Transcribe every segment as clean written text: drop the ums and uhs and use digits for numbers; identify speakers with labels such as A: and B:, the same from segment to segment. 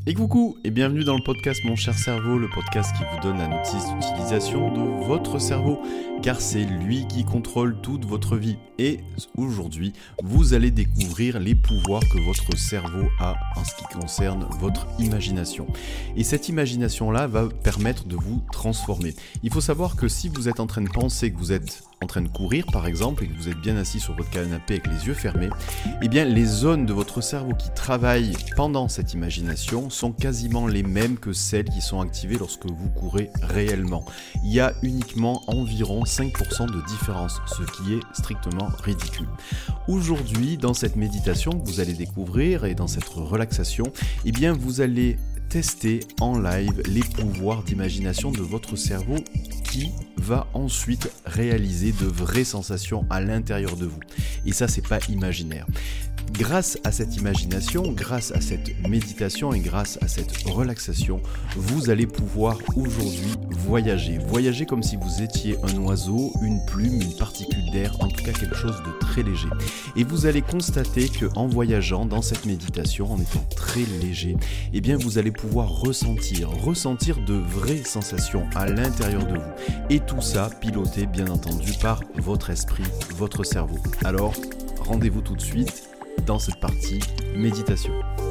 A: Et coucou et bienvenue dans le podcast Mon cher cerveau, le podcast qui vous donne la notice d'utilisation de votre cerveau, car c'est lui qui contrôle toute votre vie. Et aujourd'hui, vous allez découvrir les pouvoirs que votre cerveau a en ce qui concerne votre imagination. Et cette imagination-là va permettre de vous transformer. Il faut savoir que si vous êtes en train de penser que vous êtes en train de courir par exemple et que vous êtes bien assis sur votre canapé avec les yeux fermés, eh bien les zones de votre cerveau qui travaillent pendant cette imagination sont quasiment les mêmes que celles qui sont activées lorsque vous courez réellement. Il y a uniquement environ 5% de différence, ce qui est strictement ridicule. Aujourd'hui, dans cette méditation que vous allez découvrir et dans cette relaxation, eh bien vous allez tester en live les pouvoirs d'imagination de votre cerveau qui va ensuite réaliser de vraies sensations à l'intérieur de vous. Et ça, c'est pas imaginaire. Grâce à cette imagination, grâce à cette méditation et grâce à cette relaxation, vous allez pouvoir aujourd'hui voyager. Voyager comme si vous étiez un oiseau, une plume, une particule d'air, en tout cas quelque chose de très léger. Et vous allez constater qu'en voyageant dans cette méditation, en étant très léger, eh bien vous allez pouvoir ressentir de vraies sensations à l'intérieur de vous. Et tout ça piloté bien entendu par votre esprit, votre cerveau. Alors, rendez-vous tout de suite dans cette partie méditation.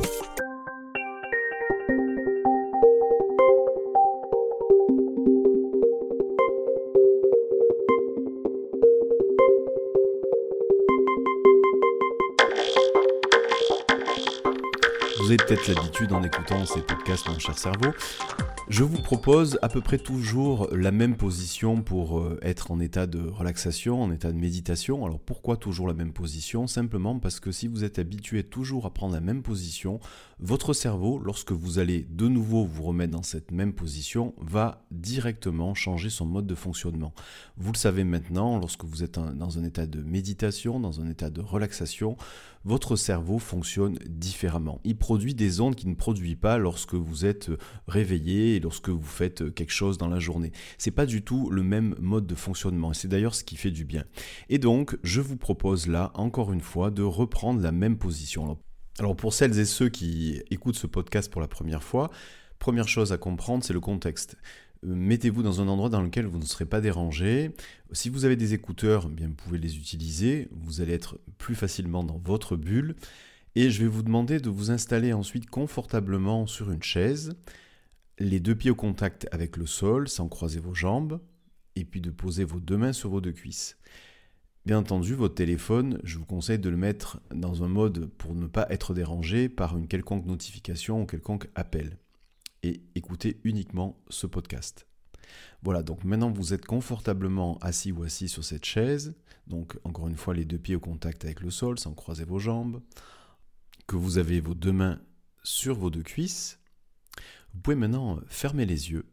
A: Vous avez peut-être l'habitude en écoutant ces podcasts Mon cher cerveau. Je vous propose à peu près toujours la même position pour être en état de relaxation, en état de méditation. Alors pourquoi toujours la même position ? Simplement parce que si vous êtes habitué toujours à prendre la même position, votre cerveau, lorsque vous allez de nouveau vous remettre dans cette même position, va directement changer son mode de fonctionnement. Vous le savez maintenant, lorsque vous êtes dans un état de méditation, dans un état de relaxation, votre cerveau fonctionne différemment. Il produit des ondes qu'il ne produit pas lorsque vous êtes réveillé et lorsque vous faites quelque chose dans la journée. C'est pas du tout le même mode de fonctionnement et c'est d'ailleurs ce qui fait du bien. Et donc, je vous propose là, encore une fois, de reprendre la même position. Alors pour celles et ceux qui écoutent ce podcast pour la première fois, première chose à comprendre, c'est le contexte. Mettez-vous dans un endroit dans lequel vous ne serez pas dérangé. Si vous avez des écouteurs, bien vous pouvez les utiliser. Vous allez être plus facilement dans votre bulle. Et je vais vous demander de vous installer ensuite confortablement sur une chaise, les deux pieds au contact avec le sol sans croiser vos jambes, et puis de poser vos deux mains sur vos deux cuisses. Bien entendu, votre téléphone, je vous conseille de le mettre dans un mode pour ne pas être dérangé par une quelconque notification ou quelconque appel. Et écoutez uniquement ce podcast. Voilà, donc maintenant vous êtes confortablement assis ou assise sur cette chaise, donc encore une fois les deux pieds au contact avec le sol sans croiser vos jambes, que vous avez vos deux mains sur vos deux cuisses. Vous pouvez maintenant fermer les yeux.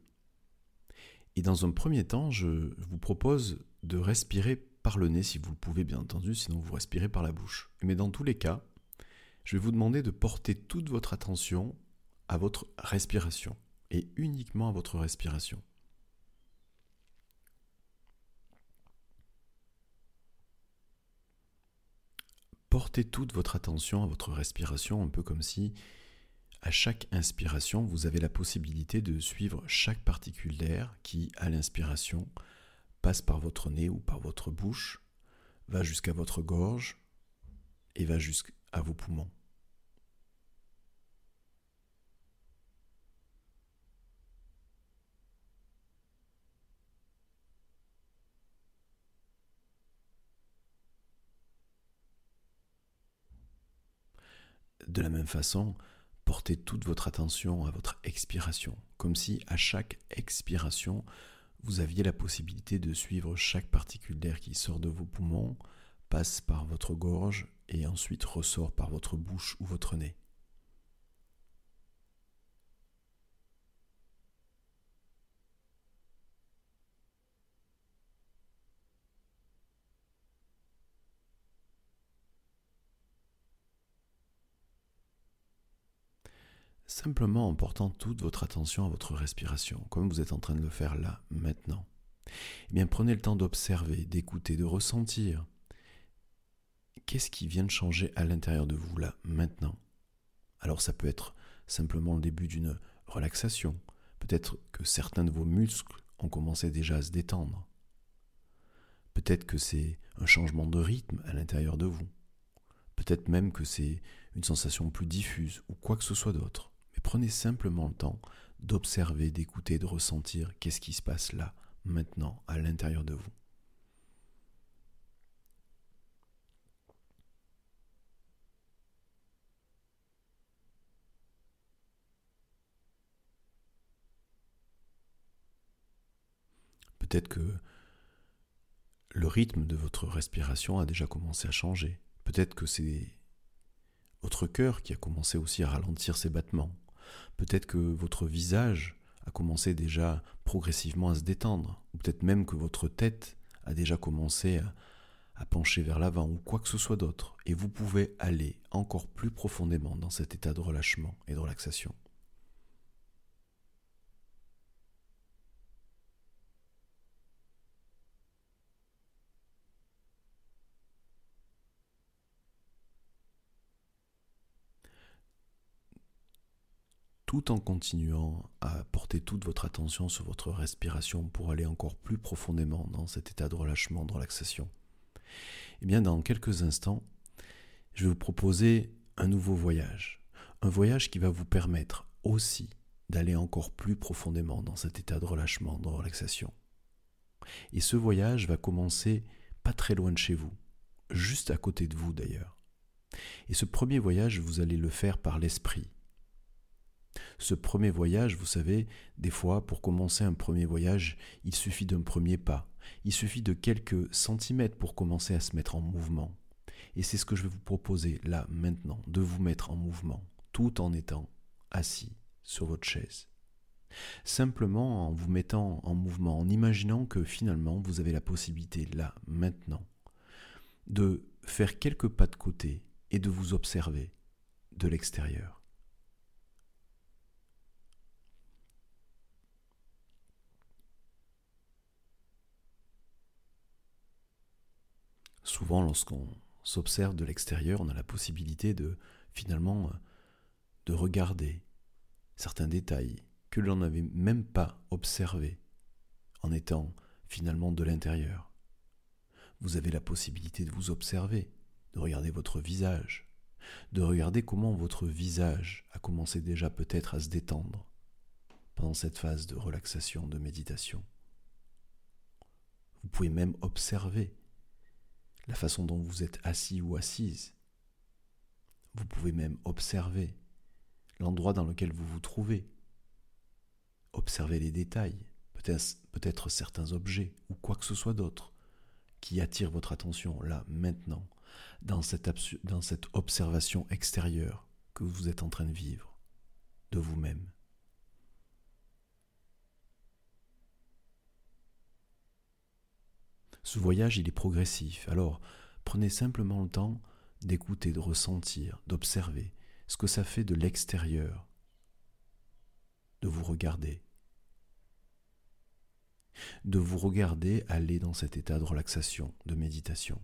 A: Et dans un premier temps, je vous propose de respirer par le nez si vous le pouvez bien entendu, sinon vous respirez par la bouche. Mais dans tous les cas, je vais vous demander de porter toute votre attention à votre respiration et uniquement à votre respiration. Portez toute votre attention à votre respiration, un peu comme si à chaque inspiration, vous avez la possibilité de suivre chaque particule d'air qui, à l'inspiration, passe par votre nez ou par votre bouche, va jusqu'à votre gorge et va jusqu'à vos poumons. De la même façon, portez toute votre attention à votre expiration, comme si à chaque expiration, vous aviez la possibilité de suivre chaque particule d'air qui sort de vos poumons, passe par votre gorge et ensuite ressort par votre bouche ou votre nez. Simplement en portant toute votre attention à votre respiration, comme vous êtes en train de le faire là, maintenant. Eh bien, prenez le temps d'observer, d'écouter, de ressentir. Qu'est-ce qui vient de changer à l'intérieur de vous là, maintenant ? Alors ça peut être simplement le début d'une relaxation. Peut-être que certains de vos muscles ont commencé déjà à se détendre. Peut-être que c'est un changement de rythme à l'intérieur de vous. Peut-être même que c'est une sensation plus diffuse ou quoi que ce soit d'autre. Mais prenez simplement le temps d'observer, d'écouter, de ressentir qu'est-ce qui se passe là, maintenant, à l'intérieur de vous. Peut-être que le rythme de votre respiration a déjà commencé à changer. Peut-être que c'est votre cœur qui a commencé aussi à ralentir ses battements. Peut-être que votre visage a commencé déjà progressivement à se détendre. Ou peut-être même que votre tête a déjà commencé à pencher vers l'avant ou quoi que ce soit d'autre. Et vous pouvez aller encore plus profondément dans cet état de relâchement et de relaxation. Tout en continuant à porter toute votre attention sur votre respiration pour aller encore plus profondément dans cet état de relâchement, de relaxation. Eh bien, dans quelques instants, je vais vous proposer un nouveau voyage. Un voyage qui va vous permettre aussi d'aller encore plus profondément dans cet état de relâchement, de relaxation. Et ce voyage va commencer pas très loin de chez vous, juste à côté de vous d'ailleurs. Et ce premier voyage, vous allez le faire par l'esprit. Ce premier voyage, vous savez, des fois, pour commencer un premier voyage, il suffit d'un premier pas. Il suffit de quelques centimètres pour commencer à se mettre en mouvement. Et c'est ce que je vais vous proposer là, maintenant, de vous mettre en mouvement, tout en étant assis sur votre chaise. Simplement en vous mettant en mouvement, en imaginant que finalement, vous avez la possibilité là, maintenant, de faire quelques pas de côté et de vous observer de l'extérieur. Souvent, lorsqu'on s'observe de l'extérieur, on a la possibilité de, finalement, de regarder certains détails que l'on n'avait même pas observés en étant finalement de l'intérieur. Vous avez la possibilité de vous observer, de regarder votre visage, de regarder comment votre visage a commencé déjà peut-être à se détendre pendant cette phase de relaxation, de méditation. Vous pouvez même observer la façon dont vous êtes assis ou assise. Vous pouvez même observer l'endroit dans lequel vous vous trouvez. Observez les détails, peut-être certains objets ou quoi que ce soit d'autre qui attire votre attention là, maintenant, dans cette observation extérieure que vous êtes en train de vivre de vous-même. Ce voyage, il est progressif, alors prenez simplement le temps d'écouter, de ressentir, d'observer ce que ça fait de l'extérieur, de vous regarder aller dans cet état de relaxation, de méditation.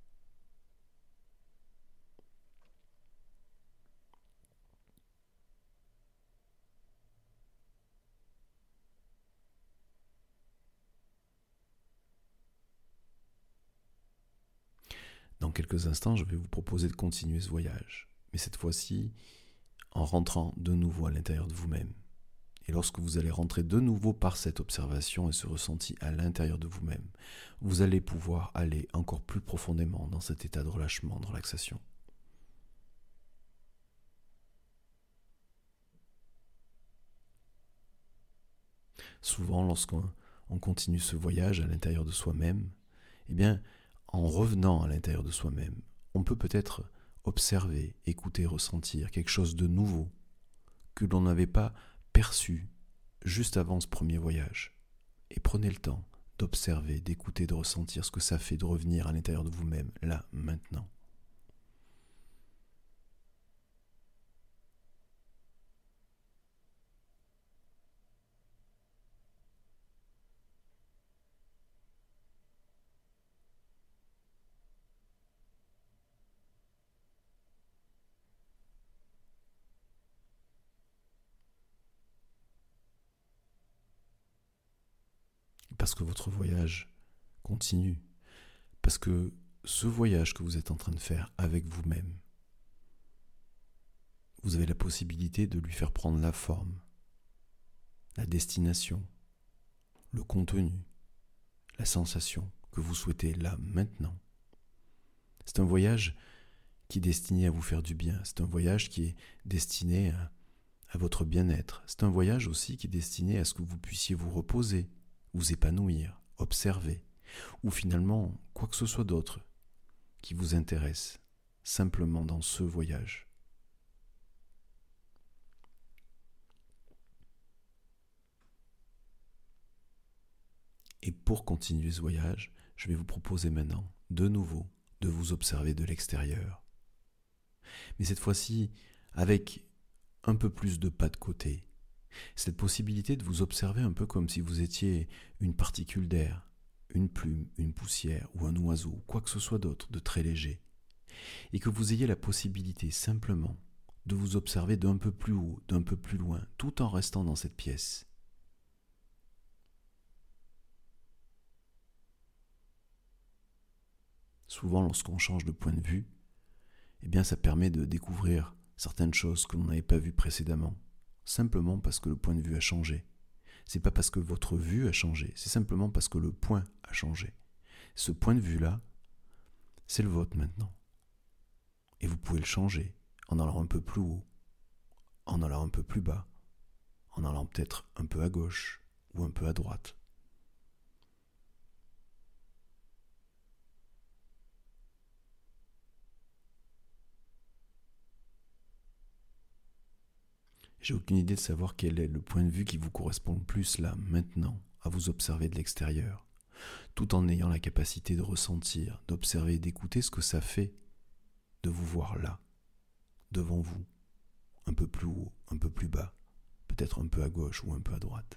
A: Dans quelques instants, je vais vous proposer de continuer ce voyage, mais cette fois-ci en rentrant de nouveau à l'intérieur de vous-même. Et lorsque vous allez rentrer de nouveau par cette observation et ce ressenti à l'intérieur de vous-même, vous allez pouvoir aller encore plus profondément dans cet état de relâchement, de relaxation. Souvent, lorsqu'on continue ce voyage à l'intérieur de soi-même, eh bien, en revenant à l'intérieur de soi-même, on peut peut-être observer, écouter, ressentir quelque chose de nouveau que l'on n'avait pas perçu juste avant ce premier voyage. Et prenez le temps d'observer, d'écouter, de ressentir ce que ça fait de revenir à l'intérieur de vous-même, là, maintenant. parce que votre voyage continue, parce que ce voyage que vous êtes en train de faire avec vous-même, vous avez la possibilité de lui faire prendre la forme, la destination, le contenu, la sensation que vous souhaitez là, maintenant. C'est un voyage qui est destiné à vous faire du bien. C'est un voyage qui est destiné à votre bien-être. C'est un voyage aussi qui est destiné à ce que vous puissiez vous reposer, vous épanouir, observer, ou finalement quoi que ce soit d'autre qui vous intéresse simplement dans ce voyage. Et pour continuer ce voyage, je vais vous proposer maintenant, de nouveau, de vous observer de l'extérieur. Mais cette fois-ci, avec un peu plus de pas de côté. Cette possibilité de vous observer un peu comme si vous étiez une particule d'air, une plume, une poussière ou un oiseau, quoi que ce soit d'autre, de très léger. Et que vous ayez la possibilité simplement de vous observer d'un peu plus haut, d'un peu plus loin, tout en restant dans cette pièce. Souvent, lorsqu'on change de point de vue, eh bien, ça permet de découvrir certaines choses que l'on n'avait pas vues précédemment, simplement parce que le point de vue a changé. C'est pas parce que votre vue a changé, c'est simplement parce que le point a changé. Ce point de vue-là, c'est le vôtre maintenant. Et vous pouvez le changer en allant un peu plus haut, en allant un peu plus bas, en allant peut-être un peu à gauche ou un peu à droite. J'ai aucune idée de savoir quel est le point de vue qui vous correspond le plus là, maintenant, à vous observer de l'extérieur, tout en ayant la capacité de ressentir, d'observer et d'écouter ce que ça fait de vous voir là, devant vous, un peu plus haut, un peu plus bas, peut-être un peu à gauche ou un peu à droite.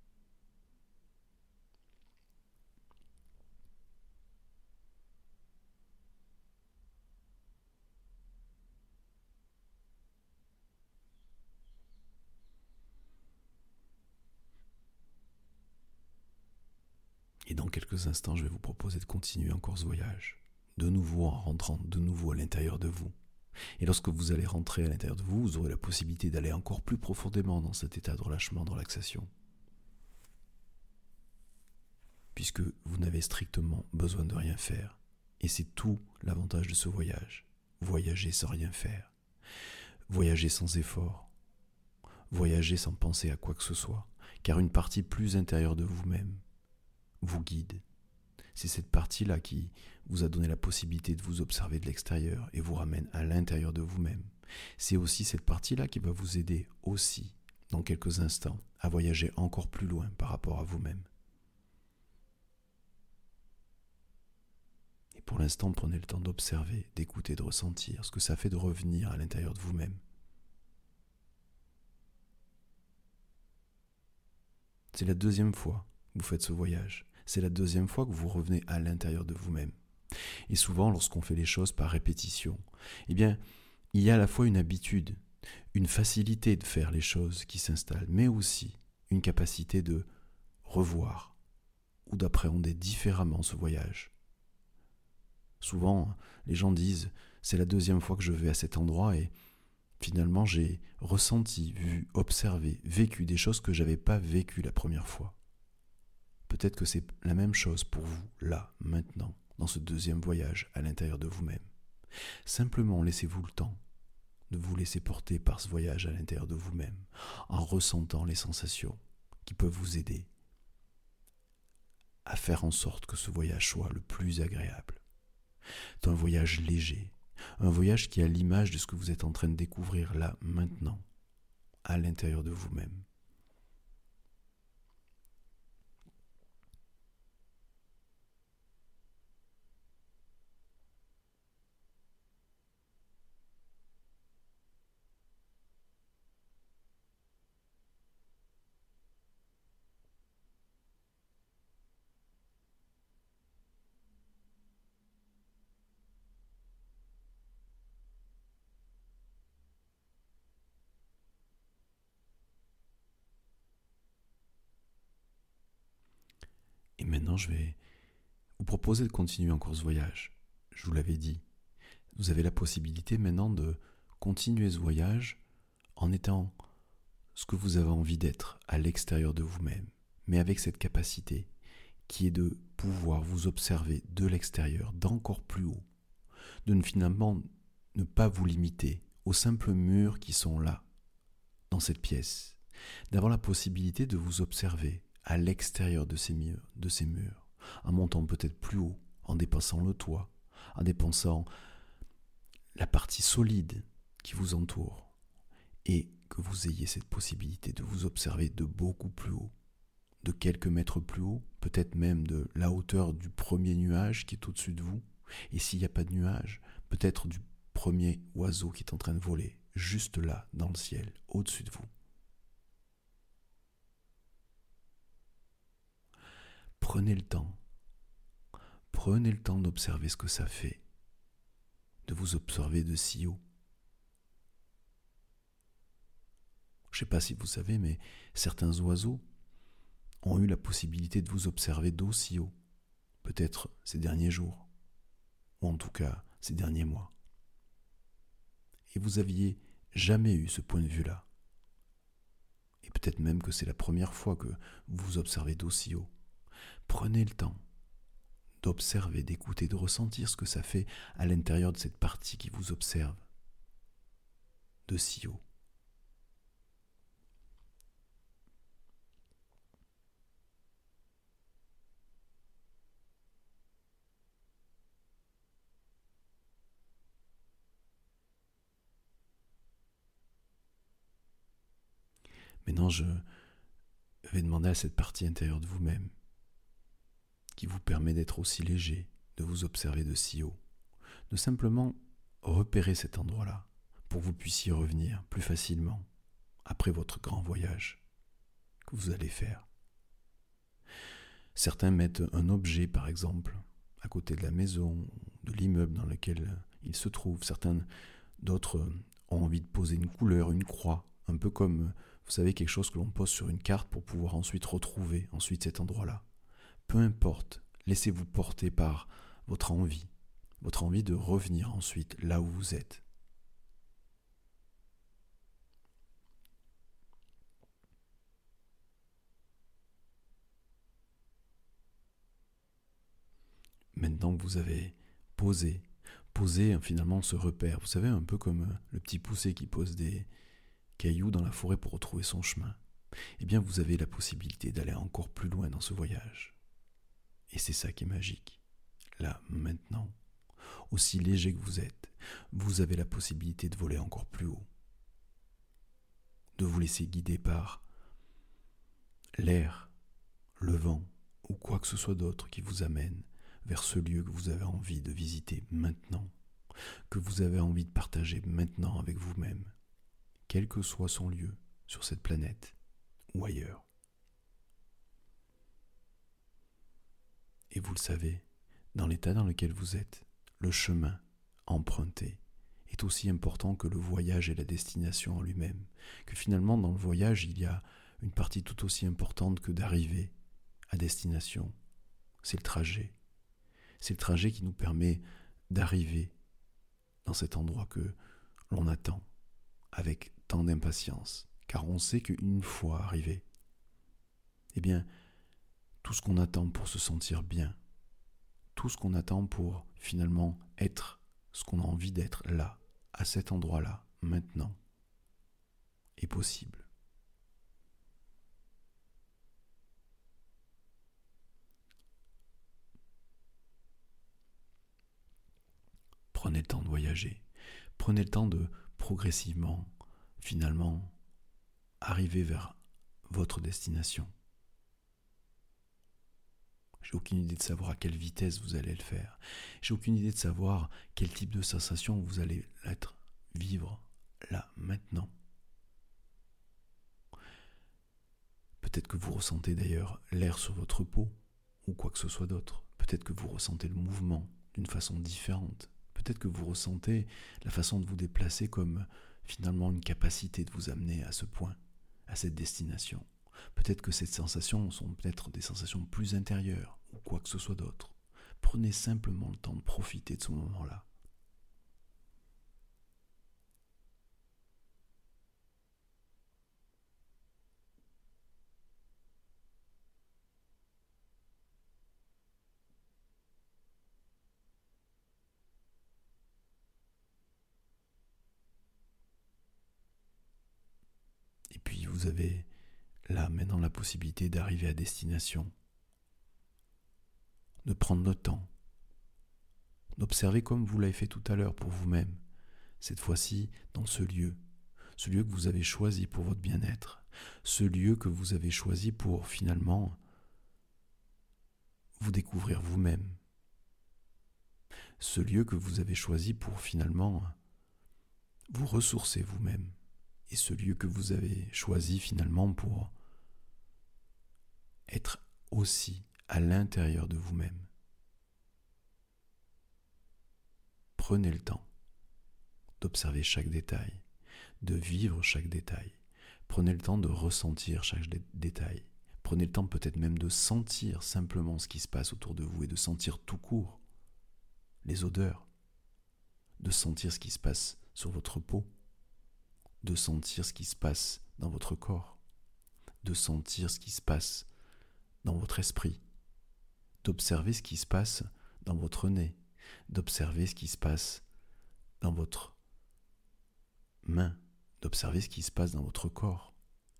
A: Et dans quelques instants, je vais vous proposer de continuer encore ce voyage, de nouveau en rentrant de nouveau à l'intérieur de vous. Et lorsque vous allez rentrer à l'intérieur de vous, vous aurez la possibilité d'aller encore plus profondément dans cet état de relâchement, de relaxation. Puisque vous n'avez strictement besoin de rien faire. Et c'est tout l'avantage de ce voyage. Voyager sans rien faire. Voyager sans effort. Voyager sans penser à quoi que ce soit. Car une partie plus intérieure de vous-même vous guide. C'est cette partie-là qui vous a donné la possibilité de vous observer de l'extérieur et vous ramène à l'intérieur de vous-même. C'est aussi cette partie-là qui va vous aider aussi, dans quelques instants, à voyager encore plus loin par rapport à vous-même. Et pour l'instant, prenez le temps d'observer, d'écouter, de ressentir ce que ça fait de revenir à l'intérieur de vous-même. C'est la deuxième fois que vous faites ce voyage. C'est la deuxième fois que vous revenez à l'intérieur de vous-même. Et souvent, lorsqu'on fait les choses par répétition, eh bien, il y a à la fois une habitude, une facilité de faire les choses qui s'installent, mais aussi une capacité de revoir ou d'appréhender différemment ce voyage. Souvent, les gens disent « c'est la deuxième fois que je vais à cet endroit et finalement j'ai ressenti, vu, observé, vécu des choses que je n'avais pas vécues la première fois. » Peut-être que c'est la même chose pour vous, là, maintenant, dans ce deuxième voyage à l'intérieur de vous-même. Simplement laissez-vous le temps de vous laisser porter par ce voyage à l'intérieur de vous-même, en ressentant les sensations qui peuvent vous aider à faire en sorte que ce voyage soit le plus agréable. C'est un voyage léger, un voyage qui a l'image de ce que vous êtes en train de découvrir là, maintenant, à l'intérieur de vous-même. maintenant, je vais vous proposer de continuer encore ce voyage. Je vous l'avais dit, vous avez la possibilité maintenant de continuer ce voyage en étant ce que vous avez envie d'être à l'extérieur de vous-même, mais avec cette capacité qui est de pouvoir vous observer de l'extérieur, d'encore plus haut, de finalement ne pas vous limiter aux simples murs qui sont là, dans cette pièce, d'avoir la possibilité de vous observer à l'extérieur de ces murs, en montant peut-être plus haut, en dépassant le toit, en dépassant la partie solide qui vous entoure, et que vous ayez cette possibilité de vous observer de beaucoup plus haut, de quelques mètres plus haut, peut-être même de la hauteur du premier nuage qui est au-dessus de vous, et s'il n'y a pas de nuage, peut-être du premier oiseau qui est en train de voler, juste là, dans le ciel, au-dessus de vous. Prenez le temps d'observer ce que ça fait, de vous observer de si haut. Je ne sais pas si vous savez, mais certains oiseaux ont eu la possibilité de vous observer d'aussi haut, peut-être ces derniers jours, ou en tout cas ces derniers mois. Et vous aviez jamais eu ce point de vue-là. Et peut-être même que c'est la première fois que vous vous observez d'aussi haut. Prenez le temps d'observer, d'écouter, de ressentir ce que ça fait à l'intérieur de cette partie qui vous observe de si haut. Maintenant, je vais demander à cette partie intérieure de vous-même, qui vous permet d'être aussi léger, de vous observer de si haut, de simplement repérer cet endroit-là, pour que vous puissiez revenir plus facilement après votre grand voyage que vous allez faire. Certains mettent un objet, par exemple, à côté de la maison, de l'immeuble dans lequel ils se trouvent. D'autres ont envie de poser une couleur, une croix, un peu comme, vous savez, quelque chose que l'on pose sur une carte pour pouvoir ensuite retrouver cet endroit-là. Peu importe, laissez-vous porter par votre envie de revenir ensuite là où vous êtes. Maintenant que vous avez posé finalement ce repère, vous savez, un peu comme le petit poucet qui pose des cailloux dans la forêt pour retrouver son chemin, eh bien vous avez la possibilité d'aller encore plus loin dans ce voyage. Et c'est ça qui est magique. Là, maintenant, aussi léger que vous avez la possibilité de voler encore plus haut, de vous laisser guider par l'air, le vent ou quoi que ce soit d'autre qui vous amène vers ce lieu que vous avez envie de visiter maintenant, que vous avez envie de partager maintenant avec vous-même, quel que soit son lieu sur cette planète ou ailleurs. Et vous le savez, dans l'état dans lequel vous êtes, le chemin emprunté est aussi important que le voyage et la destination en lui-même, que finalement dans le voyage il y a une partie tout aussi importante que d'arriver à destination. C'est le trajet. C'est le trajet qui nous permet d'arriver dans cet endroit que l'on attend avec tant d'impatience, car on sait qu'une fois arrivé, eh bien, tout ce qu'on attend pour se sentir bien, tout ce qu'on attend pour finalement être ce qu'on a envie d'être là, à cet endroit-là, maintenant, est possible. Prenez le temps de voyager, prenez le temps de progressivement, finalement, arriver vers votre destination. J'ai aucune idée de savoir à quelle vitesse vous allez le faire. J'ai aucune idée de savoir quel type de sensation vous allez vivre là, maintenant. Peut-être que vous ressentez d'ailleurs l'air sur votre peau ou quoi que ce soit d'autre. Peut-être que vous ressentez le mouvement d'une façon différente. Peut-être que vous ressentez la façon de vous déplacer comme finalement une capacité de vous amener à ce point, à cette destination. Peut-être que ces sensations sont peut-être des sensations plus intérieures ou quoi que ce soit d'autre. Prenez simplement le temps de profiter de ce moment-là. Et puis vous avez là maintenant la possibilité d'arriver à destination, de prendre le temps, d'observer comme vous l'avez fait tout à l'heure pour vous-même, cette fois-ci dans ce lieu que vous avez choisi pour votre bien-être, ce lieu que vous avez choisi pour finalement vous découvrir vous-même, ce lieu que vous avez choisi pour finalement vous ressourcer vous-même, et ce lieu que vous avez choisi finalement pour être aussi à l'intérieur de vous-même. Prenez le temps d'observer chaque détail, de vivre chaque détail. Prenez le temps de ressentir chaque détail. Prenez le temps peut-être même de sentir simplement ce qui se passe autour de vous et de sentir tout court les odeurs, de sentir ce qui se passe sur votre peau, de sentir ce qui se passe dans votre corps, de sentir ce qui se passe dans votre esprit, d'observer ce qui se passe dans votre nez, d'observer ce qui se passe dans votre main, d'observer ce qui se passe dans votre corps,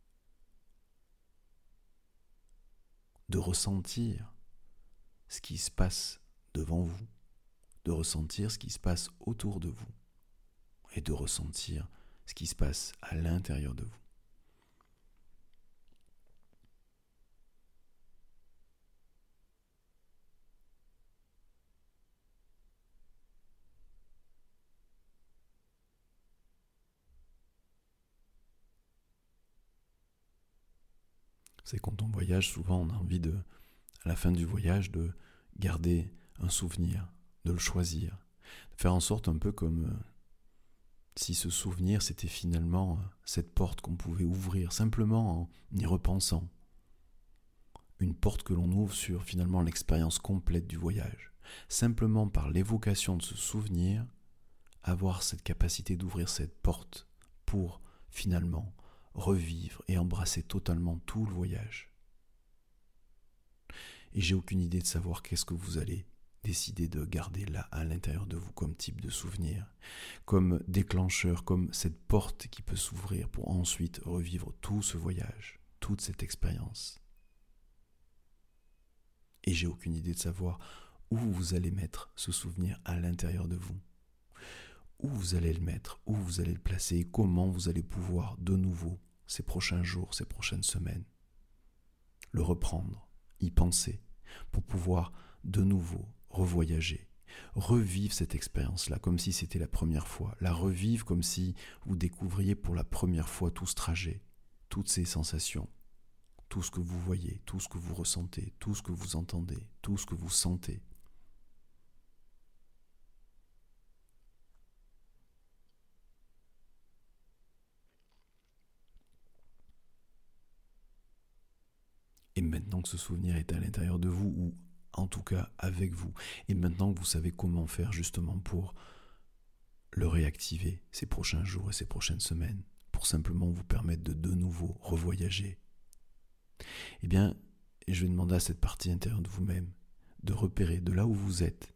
A: de ressentir ce qui se passe devant vous, de ressentir ce qui se passe autour de vous et de ressentir ce qui se passe à l'intérieur de vous. C'est quand on voyage, souvent on a envie à la fin du voyage, de garder un souvenir, de le choisir, de faire en sorte un peu comme si ce souvenir c'était finalement cette porte qu'on pouvait ouvrir simplement en y repensant. Une porte que l'on ouvre sur finalement l'expérience complète du voyage. Simplement par l'évocation de ce souvenir, avoir cette capacité d'ouvrir cette porte pour finalement revivre et embrasser totalement tout le voyage. Et j'ai aucune idée de savoir qu'est-ce que vous allez décider de garder là à l'intérieur de vous comme type de souvenir, comme déclencheur, comme cette porte qui peut s'ouvrir pour ensuite revivre tout ce voyage, toute cette expérience. Et j'ai aucune idée de savoir où vous allez mettre ce souvenir à l'intérieur de vous. Où vous allez le mettre, où vous allez le placer et comment vous allez pouvoir de nouveau, ces prochains jours, ces prochaines semaines, le reprendre, y penser, pour pouvoir de nouveau revoyager, revivre cette expérience-là comme si c'était la première fois, la revivre comme si vous découvriez pour la première fois tout ce trajet, toutes ces sensations, tout ce que vous voyez, tout ce que vous ressentez, tout ce que vous entendez, tout ce que vous sentez. Et maintenant que ce souvenir est à l'intérieur de vous, ou en tout cas avec vous, et maintenant que vous savez comment faire justement pour le réactiver ces prochains jours et ces prochaines semaines, pour simplement vous permettre de nouveau revoyager, eh bien, je vais demander à cette partie intérieure de vous-même de repérer de là où vous êtes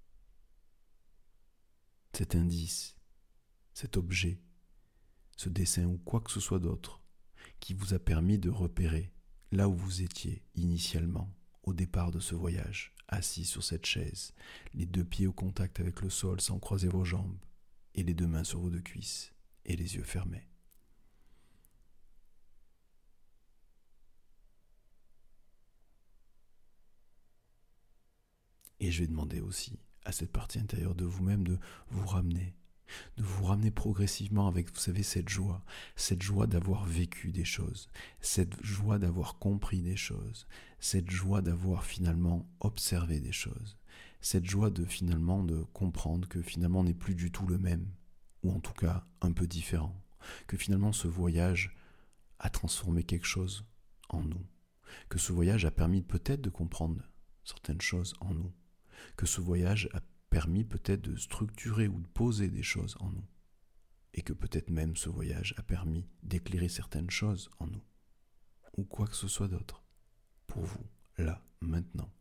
A: cet indice, cet objet, ce dessin ou quoi que ce soit d'autre qui vous a permis de repérer là où vous étiez initialement au départ de ce voyage, assis sur cette chaise, les deux pieds au contact avec le sol sans croiser vos jambes, et les deux mains sur vos deux cuisses, et les yeux fermés. Et je vais demander aussi à cette partie intérieure de vous-même de vous ramener progressivement avec, vous savez, cette joie d'avoir vécu des choses, cette joie d'avoir compris des choses, cette joie d'avoir finalement observé des choses, cette joie de finalement de comprendre que finalement on n'est plus du tout le même, ou en tout cas un peu différent, que finalement ce voyage a transformé quelque chose en nous, que ce voyage a permis peut-être de comprendre certaines choses en nous, que ce voyage a permis peut-être de structurer ou de poser des choses en nous, et que peut-être même ce voyage a permis d'éclairer certaines choses en nous, ou quoi que ce soit d'autre, pour vous, là, maintenant.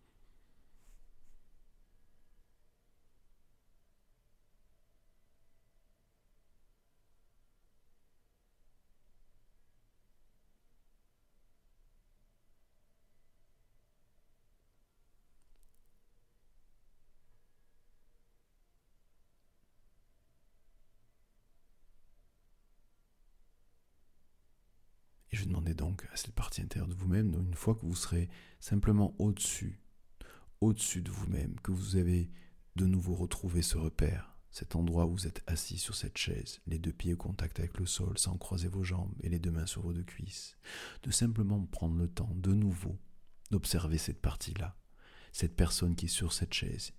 A: Et je demandais donc à cette partie intérieure de vous-même, une fois que vous serez simplement au-dessus de vous-même, que vous avez de nouveau retrouvé ce repère, cet endroit où vous êtes assis sur cette chaise, les deux pieds au contact avec le sol, sans croiser vos jambes et les deux mains sur vos deux cuisses, de simplement prendre le temps de nouveau d'observer cette partie-là, cette personne qui est sur cette chaise.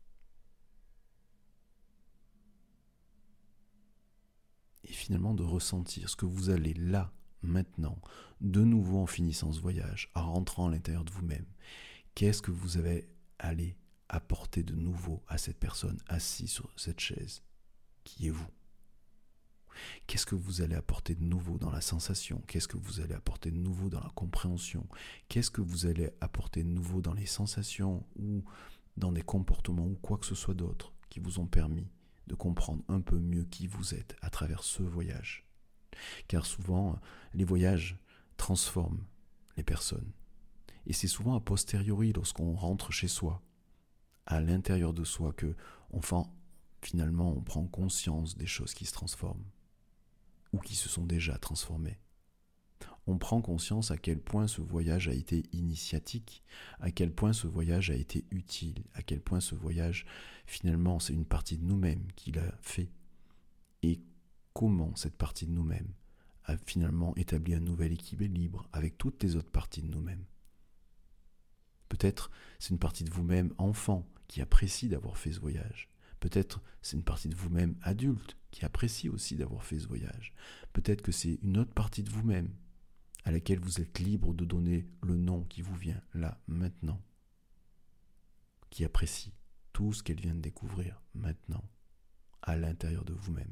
A: Et finalement de ressentir ce que vous allez là, maintenant, de nouveau en finissant ce voyage, en rentrant à l'intérieur de vous-même. Qu'est-ce que vous avez allé apporter de nouveau à cette personne assise sur cette chaise qui est vous? Qu'est-ce que vous allez apporter de nouveau dans la sensation? Qu'est-ce que vous allez apporter de nouveau dans la compréhension? Qu'est-ce que vous allez apporter de nouveau dans les sensations ou dans des comportements ou quoi que ce soit d'autre qui vous ont permis de comprendre un peu mieux qui vous êtes à travers ce voyage? Car souvent, les voyages transforment les personnes. Et c'est souvent a posteriori, lorsqu'on rentre chez soi, à l'intérieur de soi, que finalement on prend conscience des choses qui se transforment ou qui se sont déjà transformées. On prend conscience à quel point ce voyage a été initiatique, à quel point ce voyage a été utile, à quel point ce voyage, finalement, c'est une partie de nous-mêmes qui l'a fait. Et comment cette partie de nous-mêmes a finalement établi un nouvel équilibre avec toutes les autres parties de nous-mêmes. Peut-être c'est une partie de vous-même enfant qui apprécie d'avoir fait ce voyage. Peut-être c'est une partie de vous-même adulte qui apprécie aussi d'avoir fait ce voyage. Peut-être que c'est une autre partie de vous-même à laquelle vous êtes libre de donner le nom qui vous vient là, maintenant, qui apprécie tout ce qu'elle vient de découvrir maintenant, à l'intérieur de vous-même.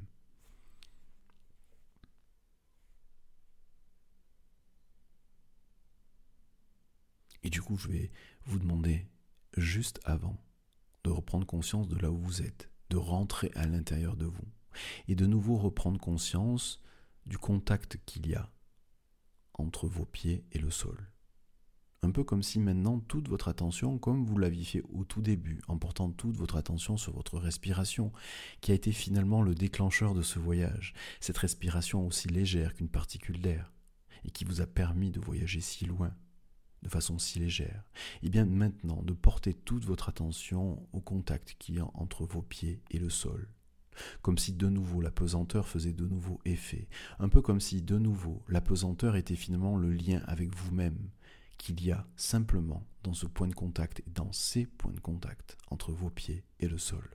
A: Et du coup, je vais vous demander, juste avant, de reprendre conscience de là où vous êtes, de rentrer à l'intérieur de vous, et de nouveau reprendre conscience du contact qu'il y a entre vos pieds et le sol. Un peu comme si maintenant toute votre attention, comme vous l'aviez fait au tout début, en portant toute votre attention sur votre respiration, qui a été finalement le déclencheur de ce voyage, cette respiration aussi légère qu'une particule d'air, et qui vous a permis de voyager si loin, de façon si légère, et bien maintenant de porter toute votre attention au contact qu'il y a entre vos pieds et le sol. Comme si de nouveau la pesanteur faisait de nouveau effet, un peu comme si de nouveau la pesanteur était finalement le lien avec vous-même qu'il y a simplement dans ce point de contact et dans ces points de contact entre vos pieds et le sol.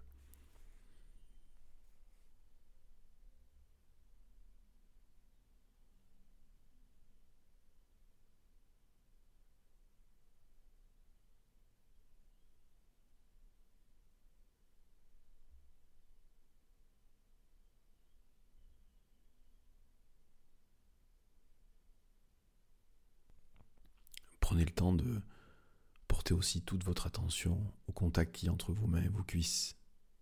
A: Prenez le temps de porter aussi toute votre attention au contact qui est entre vos mains et vos cuisses.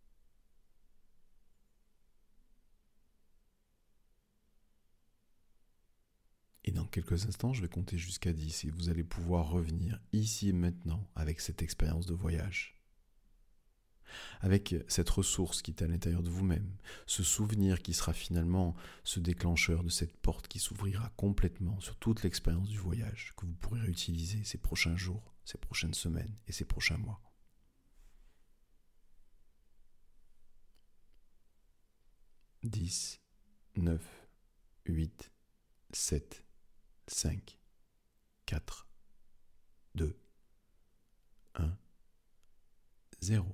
A: Et dans quelques instants, je vais compter jusqu'à 10 et vous allez pouvoir revenir ici et maintenant avec cette expérience de voyage. Avec cette ressource qui est à l'intérieur de vous-même, ce souvenir qui sera finalement ce déclencheur de cette porte qui s'ouvrira complètement sur toute l'expérience du voyage que vous pourrez réutiliser ces prochains jours, ces prochaines semaines et ces prochains mois. 10, 9, 8, 7, 5, 4, 2, 1, 0.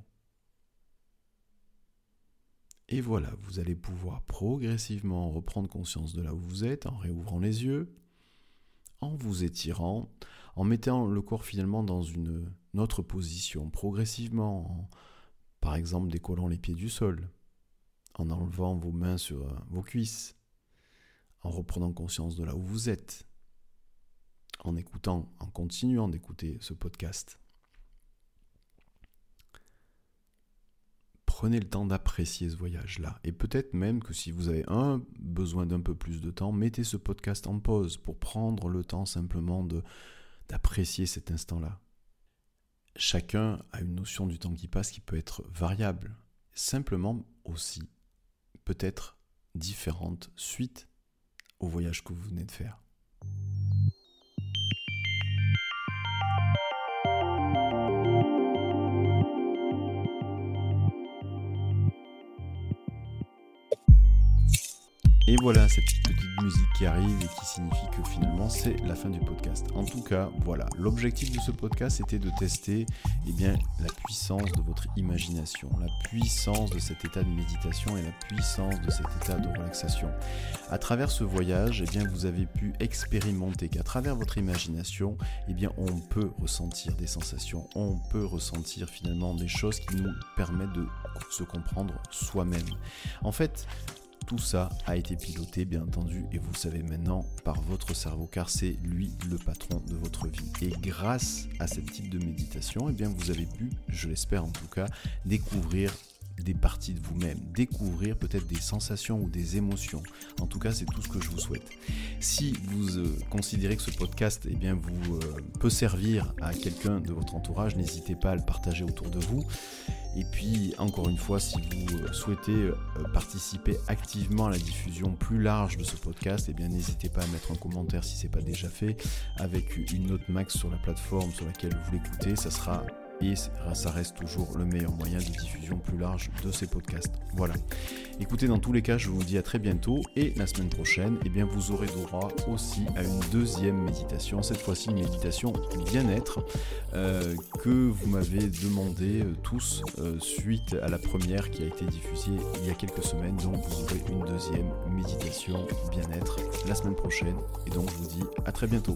A: Et voilà, vous allez pouvoir progressivement reprendre conscience de là où vous êtes en réouvrant les yeux, en vous étirant, en mettant le corps finalement dans une autre position, progressivement, par exemple décollant les pieds du sol, en enlevant vos mains sur vos cuisses, en reprenant conscience de là où vous êtes, en continuant d'écouter ce podcast. Prenez le temps d'apprécier ce voyage-là. Et peut-être même que si vous avez besoin d'un peu plus de temps, mettez ce podcast en pause pour prendre le temps simplement d'apprécier cet instant-là. Chacun a une notion du temps qui passe qui peut être variable, simplement aussi peut-être différente suite au voyage que vous venez de faire. Et voilà cette petite musique qui arrive et qui signifie que finalement c'est la fin du podcast. En tout cas, voilà, l'objectif de ce podcast était de tester la puissance de votre imagination, la puissance de cet état de méditation et la puissance de cet état de relaxation. À travers ce voyage, vous avez pu expérimenter qu'à travers votre imagination, on peut ressentir des sensations, on peut ressentir finalement des choses qui nous permettent de se comprendre soi-même. En fait, tout ça a été piloté, bien entendu, et vous le savez maintenant, par votre cerveau, car c'est lui le patron de votre vie. Et grâce à ce type de méditation, vous avez pu, je l'espère en tout cas, découvrir des parties de vous-même, découvrir peut-être des sensations ou des émotions. En tout cas, c'est tout ce que je vous souhaite. Si vous considérez que ce podcast vous peut servir à quelqu'un de votre entourage, n'hésitez pas à le partager autour de vous. Et puis, encore une fois, si vous souhaitez participer activement à la diffusion plus large de ce podcast, n'hésitez pas à mettre un commentaire si ce n'est pas déjà fait, avec une note max sur la plateforme sur laquelle vous l'écoutez. Ça reste toujours le meilleur moyen de diffusion plus large de ces podcasts. Voilà. Écoutez, dans tous les cas, je vous dis à très bientôt et la semaine prochaine, vous aurez droit aussi à une deuxième méditation, cette fois-ci une méditation bien-être que vous m'avez demandé tous suite à la première qui a été diffusée il y a quelques semaines. Donc vous aurez une deuxième méditation bien-être la semaine prochaine et donc je vous dis à très bientôt.